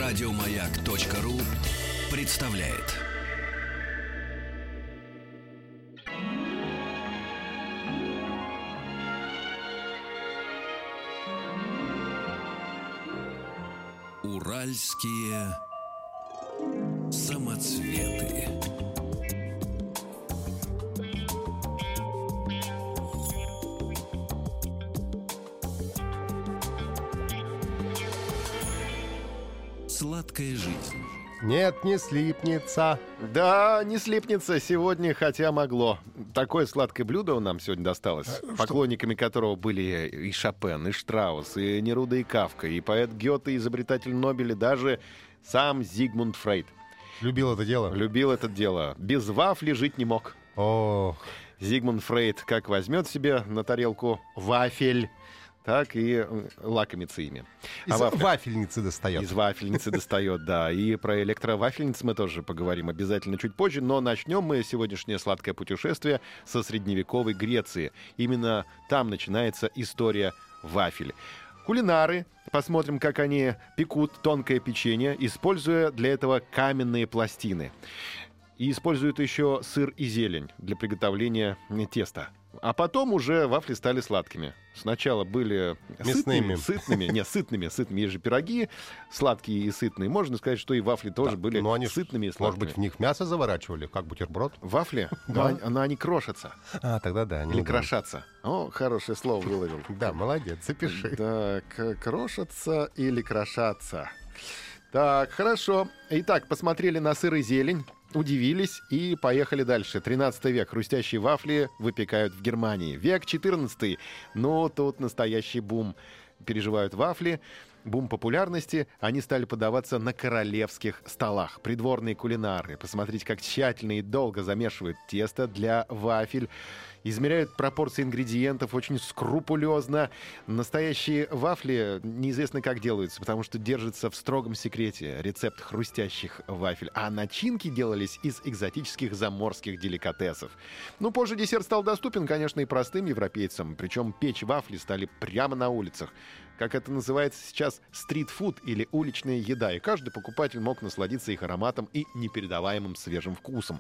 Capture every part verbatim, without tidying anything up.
Радиомаяк.ру представляет. Уральские самоцветы. Сладкая жизнь. Нет, не слипнется. Да, не слипнется сегодня, хотя могло. Такое сладкое блюдо нам сегодня досталось, А, поклонниками которого были и Шопен, и Штраус, и Неруда, и Кафка, и поэт Гёте, и изобретатель Нобеля, даже сам Зигмунд Фрейд. Любил это дело? Любил это дело. Без вафли жить не мог. Ох. Зигмунд Фрейд как возьмет себе на тарелку вафель, так и лакомится ими. Из А вафля- вафельницы достает. Из вафельницы достает, да. И про электровафельницы мы тоже поговорим обязательно чуть позже. Но начнем мы сегодняшнее сладкое путешествие со средневековой Греции. Именно там начинается история вафель. Кулинары, посмотрим, как они пекут тонкое печенье, используя для этого каменные пластины. И используют еще сыр и зелень для приготовления теста. А потом уже вафли стали сладкими. Сначала были Мясными. сытными, сытными, не, сытными, сытными. Есть же пироги сладкие и сытные. Можно сказать, что и вафли тоже Да, были но они ж, сытными и Может сладкими. быть, в них мясо заворачивали, как бутерброд? Вафли? Да. Но, они- но они крошатся. А, тогда да. Или крошатся. О, хорошее слово выловил. Да, молодец, запиши. Да, к- крошатся или крошатся. Так, хорошо. Итак, посмотрели на сыр и зелень, удивились и поехали дальше. тринадцатый век. Хрустящие вафли выпекают в Германии. Век четырнадцатый. Ну, тут настоящий бум. Переживают вафли. Бум популярности. Они стали подаваться на королевских столах. Придворные кулинары. Посмотрите, как тщательно и долго замешивают тесто для вафель. Измеряют пропорции ингредиентов очень скрупулезно. Настоящие вафли неизвестно как делаются, потому что держится в строгом секрете рецепт хрустящих вафель. А начинки делались из экзотических заморских деликатесов. Ну, позже десерт стал доступен, конечно, и простым европейцам. Причем печь вафли стали прямо на улицах. Как это называется сейчас, стрит-фуд или уличная еда. И каждый покупатель мог насладиться их ароматом и непередаваемым свежим вкусом.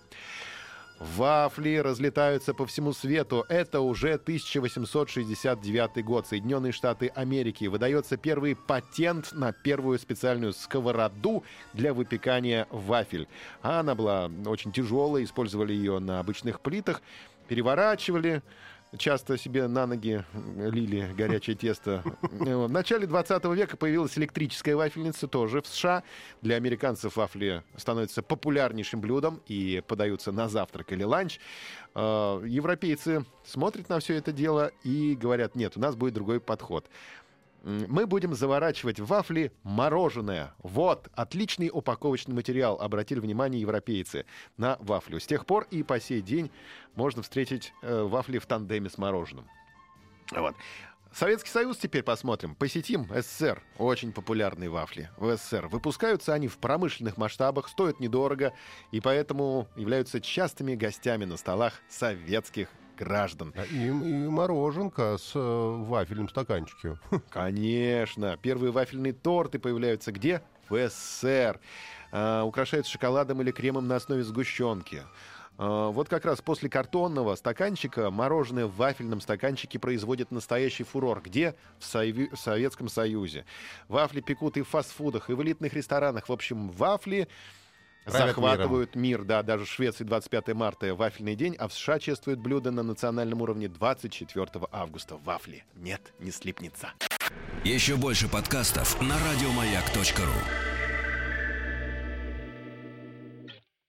Вафли разлетаются по всему свету. Это уже тысяча восемьсот шестьдесят девятый год. Соединенные Штаты Америки. Выдается первый патент на первую специальную сковороду для выпекания вафель. А она была очень тяжелая. Использовали ее на обычных плитах. Переворачивали. Часто себе на ноги лили горячее тесто. В начале двадцатого века появилась электрическая вафельница, тоже в США. Для американцев вафли становятся популярнейшим блюдом и подаются на завтрак или ланч. Европейцы смотрят на все это дело и говорят: нет, у нас будет другой подход. Мы будем заворачивать в вафли мороженое. Вот, отличный упаковочный материал. Обратили внимание европейцы на вафлю. С тех пор и по сей день можно встретить э, вафли в тандеме с мороженым. Вот. Советский Союз теперь посмотрим. Посетим СССР. Очень популярные вафли в СССР. Выпускаются они в промышленных масштабах, стоят недорого и поэтому являются частыми гостями на столах советских граждан. И, и мороженка с э, вафельным стаканчике. Конечно. Первые вафельные торты появляются где? В СССР. А, украшаются шоколадом или кремом на основе сгущенки. А, вот как раз после картонного стаканчика мороженое в вафельном стаканчике производит настоящий фурор. Где? В, Сови- в Советском Союзе. Вафли пекут и в фастфудах, и в элитных ресторанах. В общем, вафли Правят захватывают мир, да, даже в Швеции двадцать пятое марта вафельный день, а в США чествуют блюдо на национальном уровне двадцать четвёртого августа. Вафли. Нет, не слипнется. Еще больше подкастов на радиомаяк точка ру.